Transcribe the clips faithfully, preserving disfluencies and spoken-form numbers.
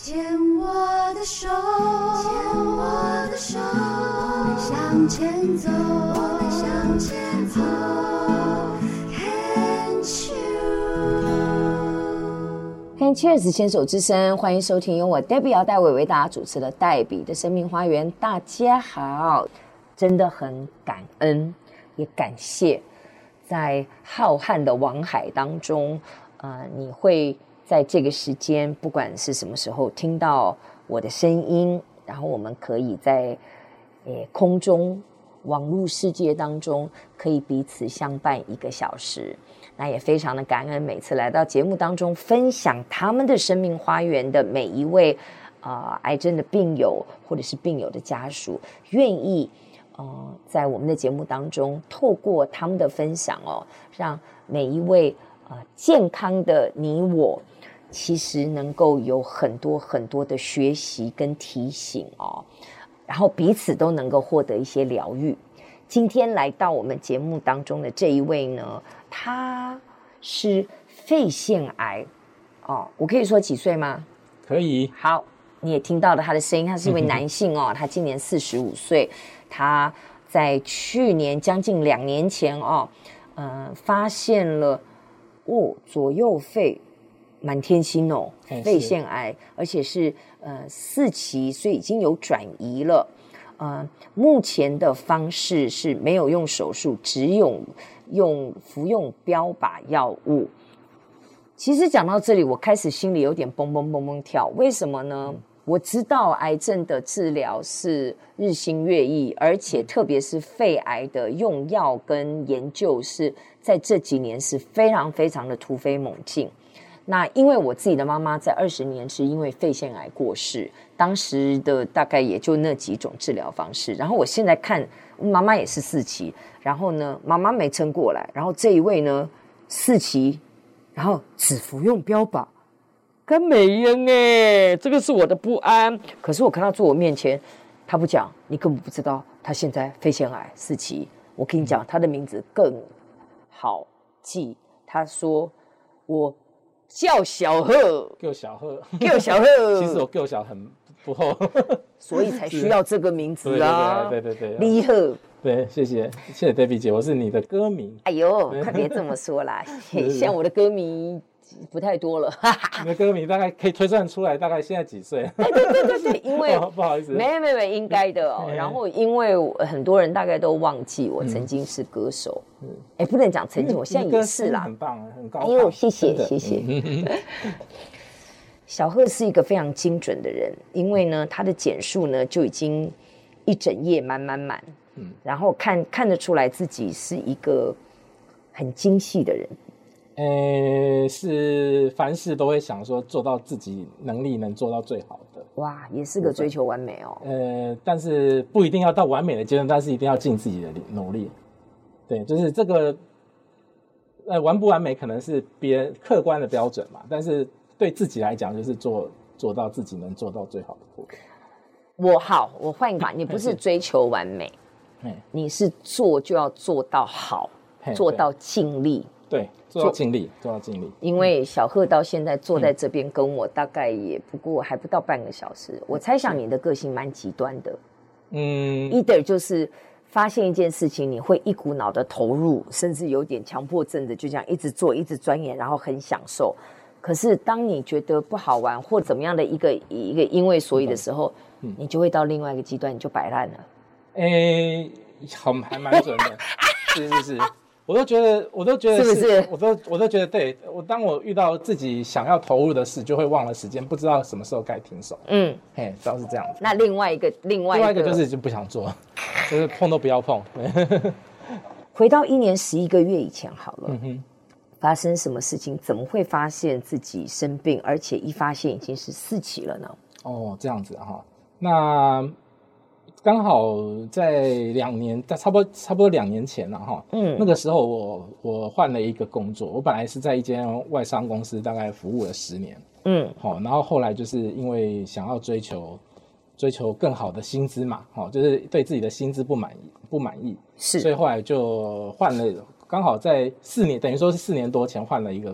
牵我的手，牵我的手，我们向前走，我们向前走。 看 Cheers 牵手之声，欢迎收听由我 Debbie 姚代伟为大家主持的黛比的生命花园。大家好，真的很感恩，也感谢在浩瀚的网海当中，呃，你会在这个时间，不管是什么时候听到我的声音，然后我们可以在呃空中网络世界当中可以彼此相伴一个小时。那也非常的感恩每次来到节目当中分享他们的生命花园的每一位呃癌症的病友或者是病友的家属，愿意呃在我们的节目当中透过他们的分享哦，让每一位呃健康的你我其实能够有很多很多的学习跟提醒哦，然后彼此都能够获得一些疗愈。今天来到我们节目当中的这一位呢，他是肺腺癌哦，我可以说几岁吗？ 可以。 好，你也听到了他的声音，他是一位男性哦，他今年四十五岁，他在去年将近两年前哦，呃，发现了哦左右肺满天星哦，肺腺癌，而且是呃四期，所以已经有转移了。呃，目前的方式是没有用手术，只有用服用标靶药物。其实讲到这里，我开始心里有点蹦蹦蹦蹦跳，为什么呢？我知道癌症的治疗是日新月异，而且特别是肺癌的用药跟研究是在这几年是非常非常的突飞猛进。那因为我自己的妈妈在二十年是因为肺腺癌过世，当时的大概也就那几种治疗方式。然后我现在看妈妈也是四期，然后呢妈妈没撑过来，然后这一位呢四期，然后只服用标靶，跟美人哎，这个是我的不安。可是我看他坐我面前，他不讲，你根本不知道他现在肺腺癌四期。我跟你讲，他的名字更好记，他说我叫小贺， 叫小贺， 叫小贺。 其实我叫小很不厚，所以才需要这个名字啊。 对对对对， 李贺。 对，谢谢谢谢 Debbie 姐，我是你的歌迷。 哎呦，快别这么说啦，像我的歌迷不太多了。 你的歌迷大概可以推算出来，大概现在几岁？ 对对对对对，因为、 哦、不好意思， 没没没，应该的哦。然后因为很多人大概都忘记我曾经是歌手，哎、嗯，不能讲曾经，我现在也是啦， 很棒，很高。 哎呦，谢谢谢谢。小贺是一个非常精准的人，因为呢，他的简述呢就已经一整页满满满，嗯，然后看看得出来自己是一个很精细的人。 呃，是凡事都会想说做到自己能力能做到最好的。 哇，也是个追求完美哦。 呃，但是不一定要到完美的阶段，但是一定要尽自己的努力。对，就是这个，呃，完不完美可能是别人客观的标准嘛，但是对自己来讲，就是做做到自己能做到最好的部分。 我好，我换一个，你不是追求完美，你是做就要做到好，做到尽力。 对，做到尽力，做到尽力。 因为小贺到现在坐在这边跟我大概也不过还不到半个小时，嗯、我猜想你的个性蛮极端的。嗯 ，either 就是发现一件事情，你会一股脑的投入，甚至有点强迫症的，就这样一直做，一直钻研，然后很享受。可是当你觉得不好玩或怎么样的一个一个因为所以的时候，嗯、你就会到另外一个极端，你就摆烂了。 诶，好，还蛮准的，是是是。我都觉得，我都觉得 是, 是不是？我都我都觉得，对我当我遇到自己想要投入的事，就会忘了时间，不知道什么时候该停手。嗯，嘿，倒是这样子。 那另外一个，另外一个， 另外一个就是就不想做，就是碰都不要碰。 回到一年十一个月以前好了，嗯哼，发生什么事情？怎么会发现自己生病，而且一发现已经是四期了呢？ 哦，这样子哈，那。刚好在两年，差不多差不多两年前了哈。嗯，那个时候我我换了一个工作，我本来是在一间外商公司，大概服务了十年。嗯，好，然后后来就是因为想要追求追求更好的薪资嘛，好，就是对自己的薪资不满意不满意， 是， 所以后来就换了，刚好在四年，等于说是四年多前换了一个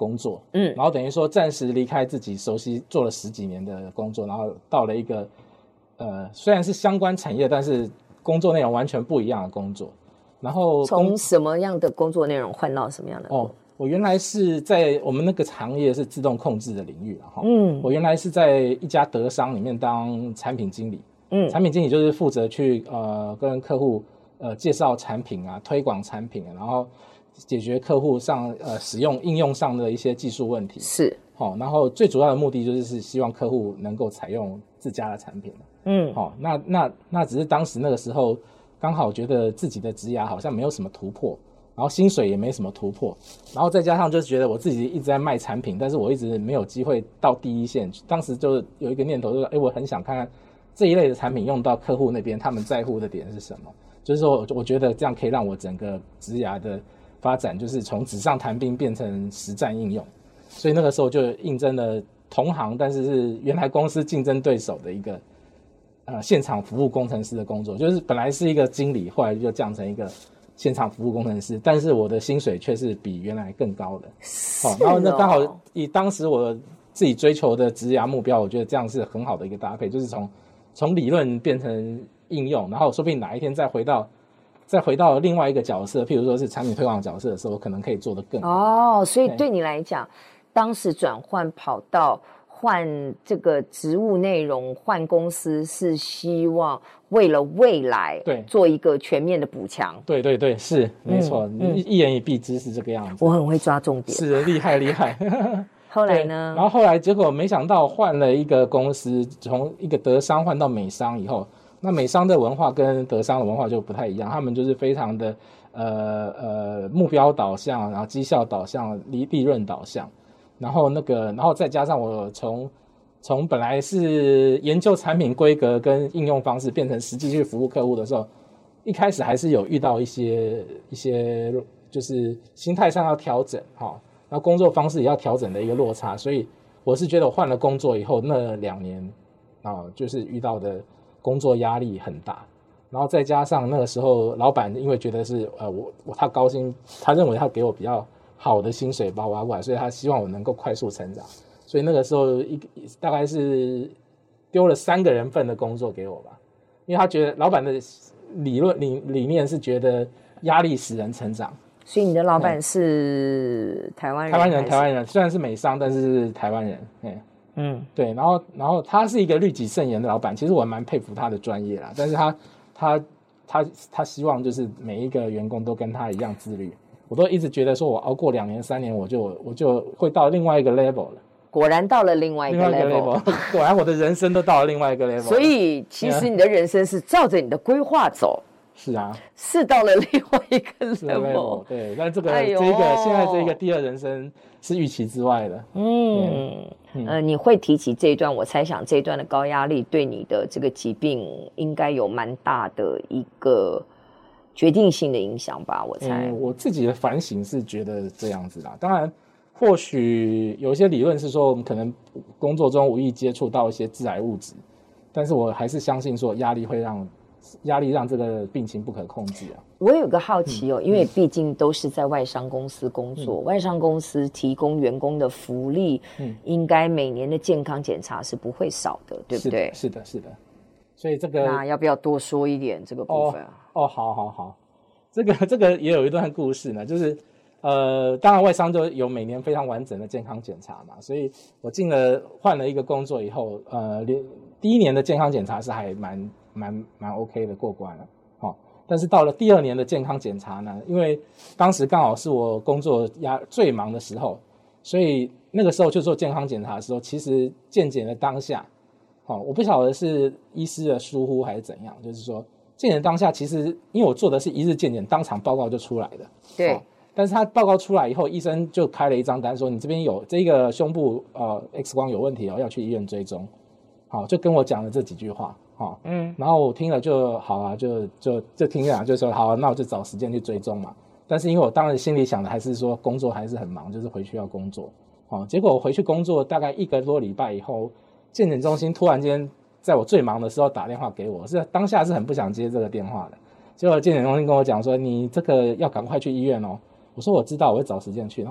工作，嗯，然后等于说暂时离开自己熟悉做了十几年的工作，然后到了一个呃虽然是相关产业，但是工作内容完全不一样的工作。然后从什么样的工作内容换到什么样的工作？哦， 我原来是在我们那个行业是自动控制的领域了哈。嗯，我原来是在一家德商里面当产品经理。嗯，产品经理就是负责去呃跟客户呃介绍产品啊，推广产品，然后解决客户上呃使用应用上的一些技术问题。 是， 好，然后最主要的目的就是希望客户能够采用自家的产品。嗯，好，那那那只是当时那个时候。刚好觉得自己的职涯好像没有什么突破，然后薪水也没什么突破，然后再加上就是觉得我自己一直在卖产品，但是我一直没有机会到第一线。当时就有一个念头，就是哎，我很想看看这一类的产品用到客户那边，他们在乎的点是什么。就是说，我觉得这样可以让我整个职涯的发展，就是从纸上谈兵变成实战应用。所以那个时候就应征了同行，但是是原来公司竞争对手的一个。呃，现场服务工程师的工作，就是本来是一个经理，后来就降成一个现场服务工程师，但是我的薪水却是比原来更高的。 是哦， 然后那刚好以当时我自己追求的职涯目标，我觉得这样是很好的一个搭配，就是从从理论变成应用，然后说不定哪一天再回到再回到另外一个角色，譬如说是产品推广角色的时候，可能可以做得更好。哦，所以对你来讲，当时转换跑道。换这个职务内容，换公司是希望为了未来对做一个全面的补强。 对对对，是没错，嗯、一言以蔽之是这个样子。 我很会抓重点， 是厉害厉害。 后来呢？ 然后后来结果没想到换了一个公司，从一个德商换到美商以后，那美商的文化跟德商的文化就不太一样，他们就是非常的呃呃目标导向，然后绩效导向，利利润导向。然后那个，然后再加上我从从本来是研究产品规格跟应用方式，变成实际去服务客户的时候，一开始还是有遇到一些一些就是心态上要调整哈，然后工作方式也要调整的一个落差，所以我是觉得我换了工作以后那两年啊，就是遇到的工作压力很大，然后再加上那个时候老板因为觉得是呃我我他高薪，他认为他给我比较好的薪水把我挖过来，所以他希望我能够快速成长，所以那个时候一大概是丢了三个人份的工作给我吧，因为他觉得老板的理论理理念是觉得压力使人成长。 所以你的老板是台湾人？ 台湾人，台湾人，虽然是美商，但是是台湾人。嗯，对，然后然后他是一个律己慎言的老板，其实我蛮佩服他的专业啦，但是他他他他希望就是每一个员工都跟他一样自律。我都一直觉得说我熬过两年三年我就我就会到另外一个 level 了， 果然到了另外一个 level, 另外一个 level 果然我的人生都到了另外一个 level。 所以其实你的人生是照着你的规划走。 是啊，是到了另外一个 level。 对，但这个、哎、这个现在这个第二人生是预期之外的。 嗯, 嗯呃，你会提起这一段，我猜想这一段的高压力对你的这个疾病应该有蛮大的一个决定性的影响吧，我猜、 嗯、我自己的反省是觉得这样子啦，当然或许有一些理论是说我们可能工作中无意接触到一些致癌物质，但是我还是相信说压力会让压力让这个病情不可控制啊。 我有个好奇哦、嗯、因为毕竟都是在外商公司工作、嗯、外商公司提供员工的福利、嗯、应该每年的健康检查是不会少的，对不对？ 是的，是的，是的。所以这个那要不要多说一点这个部分啊？ 哦，哦好好好，这个这个也有一段故事呢，就是呃，当然外商就有每年非常完整的健康检查嘛，所以我进了换了一个工作以后，呃，第一年的健康检查是还蛮蛮蛮 OK 的过关了，哦，但是到了第二年的健康检查呢，因为当时刚好是我工作压最忙的时候，所以那个时候去做健康检查的时候，其实健检的当下。哦，我不晓得是医师的疏忽还是怎样，就是说健检当下其实因为我做的是一日健检，当场报告就出来的。 对、 哦，但是他报告出来以后，医生就开了一张单说你这边有这个胸部呃 X 光有问题哦，要去医院追踪。好、哦，就跟我讲了这几句话。哦，嗯，然后我听了就好啊，就就就听了就说好、啊，那我就找时间去追踪嘛。但是因为我当时心里想的还是说工作还是很忙，就是回去要工作。哦，结果我回去工作大概一个多礼拜以后。健检中心突然间在我最忙的时候打电话给我，是当下是很不想接这个电话的。结果健检中心跟我讲说：“你这个要赶快去医院哦。”我说：“我知道，我会找时间去。”然后说：“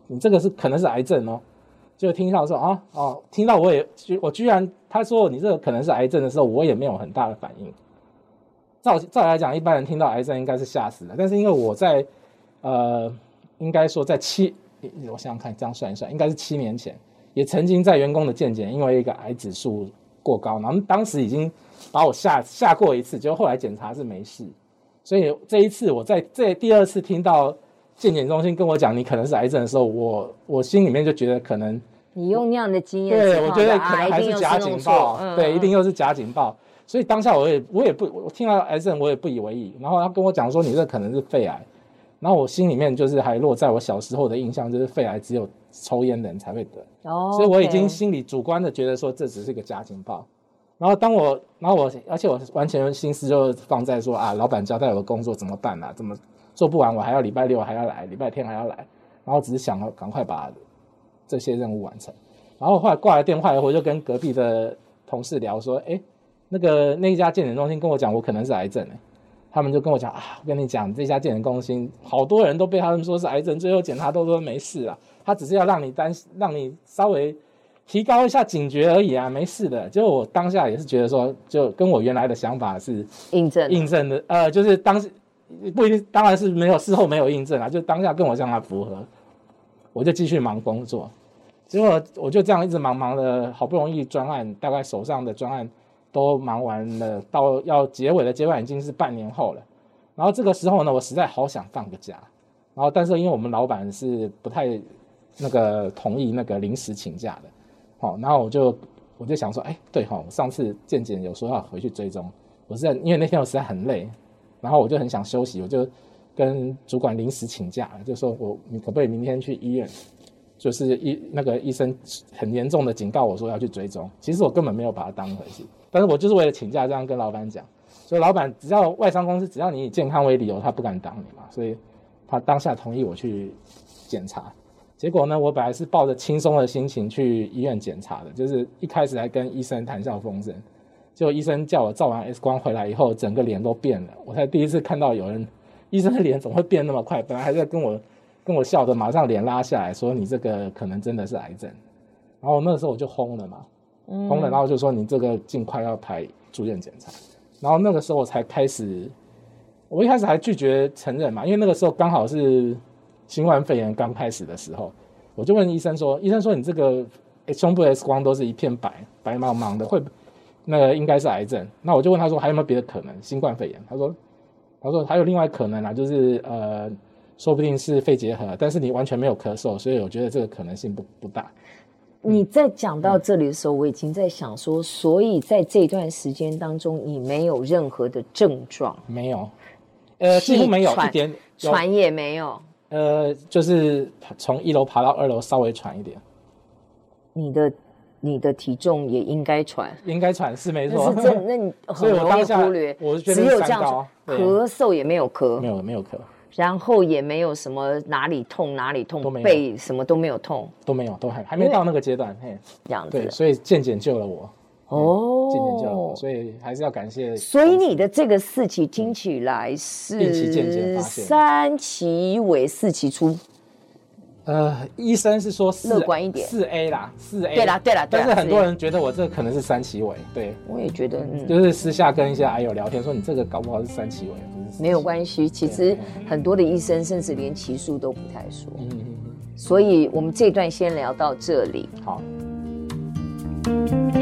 你这个是可能是癌症哦。就听到说啊哦，听到我也我居然他说你这个可能是癌症的时候，我也没有很大的反应。照照来讲，一般人听到癌症应该是吓死了，但是因为我在呃，应该说在七，我想想看，这样算一算，应该是七年前，也曾经在员工的健检，因为一个癌指数过高，然后当时已经把我吓吓过一次，结果后来检查是没事，所以这一次我在这第二次听到健检中心跟我讲你可能是癌症的时候，我我心里面就觉得可能你用那样的经验， 对，我觉得可能还是假警报， 嗯、 对，一定又是假警报。所以当下我也我也不我听到癌症我也不以为意，然后他跟我讲说你这可能是肺癌，然后我心里面就是还落在我小时候的印象，就是肺癌只有抽烟的人才会得，哦，所以我已经心里主观的觉得说这只是一个假警报。然后当我，然后我，而且我完全心思就放在说啊，老板交代我的工作怎么办啊？怎么做不完？我还要礼拜六还要来，礼拜天还要来，然后只是想要赶快把这些任务完成。然后后来挂了电话以后，我就跟隔壁的同事聊说，哎，那个那一家健检中心跟我讲我可能是癌症、欸、他们就跟我讲啊，我跟你讲，这家健检中心好多人都被他们说是癌症，最后检查都说没事啊，他只是要让你担心，让你稍微提高一下警觉而已啊，没事的。结果我当下也是觉得说，就跟我原来的想法是印证印证的，呃，就是当时不一定，当然是没有事后没有印证啊，就当下跟我想法符合，我就继续忙工作。结果我就这样一直忙忙的，好不容易专案大概手上的专案都忙完了，到要结尾的阶段已经是半年后了。然后这个时候呢，我实在好想放个假，然后但是因为我们老板是不太那个同意那个临时请假的。好，然后我就我就想说，哎，对哈，我上次健检有说要回去追踪，我实在因为那天我实在很累，然后我就很想休息，我就跟主管临时请假，就说我你可不可以明天去医院？就是医那个医生很严重的警告我说要去追踪，其实我根本没有把它当回事，但是我就是为了请假这样跟老板讲，所以老板只要外商公司只要你以健康为理由，他不敢挡你嘛，所以他当下同意我去检查。结果呢，我本来是抱着轻松的心情去医院检查的，就是一开始还跟医生谈笑风生，结果医生叫我照完 X 光回来以后，整个脸都变了，我才第一次看到有人医生的脸怎么会变那么快，本来还在跟我跟我笑的，马上脸拉下来说你这个可能真的是癌症，然后那个时候我就轰了嘛，轰了，然后就说你这个尽快要排住院检查，然后那个时候我才开始，我一开始还拒绝承认嘛，因为那个时候刚好是新冠肺炎刚开始的时候，我就问医生说，医生说你这个胸部 X 光都是一片白白茫茫的，会那个应该是癌症。那我就问他说还有没有别的可能？新冠肺炎？他说他说还有另外可能啊，就是呃说不定是肺结核，但是你完全没有咳嗽，所以我觉得这个可能性不不大。 你在讲到这里的时候，我已经在想说，所以在这段时间当中，你没有任何的症状？ 没有，呃，几乎没有一点， 喘也没有。 呃，就是从一楼爬到二楼，稍微喘一点。 你的你的体重也应该喘， 应该喘是没错。 但是这那你很容易忽略。 我觉得只有这样，咳嗽也没有咳， 没有没有咳， 然后也没有什么哪里痛哪里痛，背什么都没有痛， 都没有，都还还没到那个阶段。嘿， 这样子。 对，所以健检救了我。 哦， 健检救了我，所以还是要感谢。 所以你的这个四期听起来是定期健检发现， 三期尾四期初。 呃，医生是说乐观一点， 四 A 啦，四 A。 对啦，对啦， 但是很多人觉得我这可能是三期尾，对， 我也觉得，嗯， 就是私下跟一些癌友聊天说，你这个搞不好是三期尾，不是。 没有关系，其实很多的医生甚至连期数都不太说。嗯嗯嗯。所以我们这段先聊到这里。 好。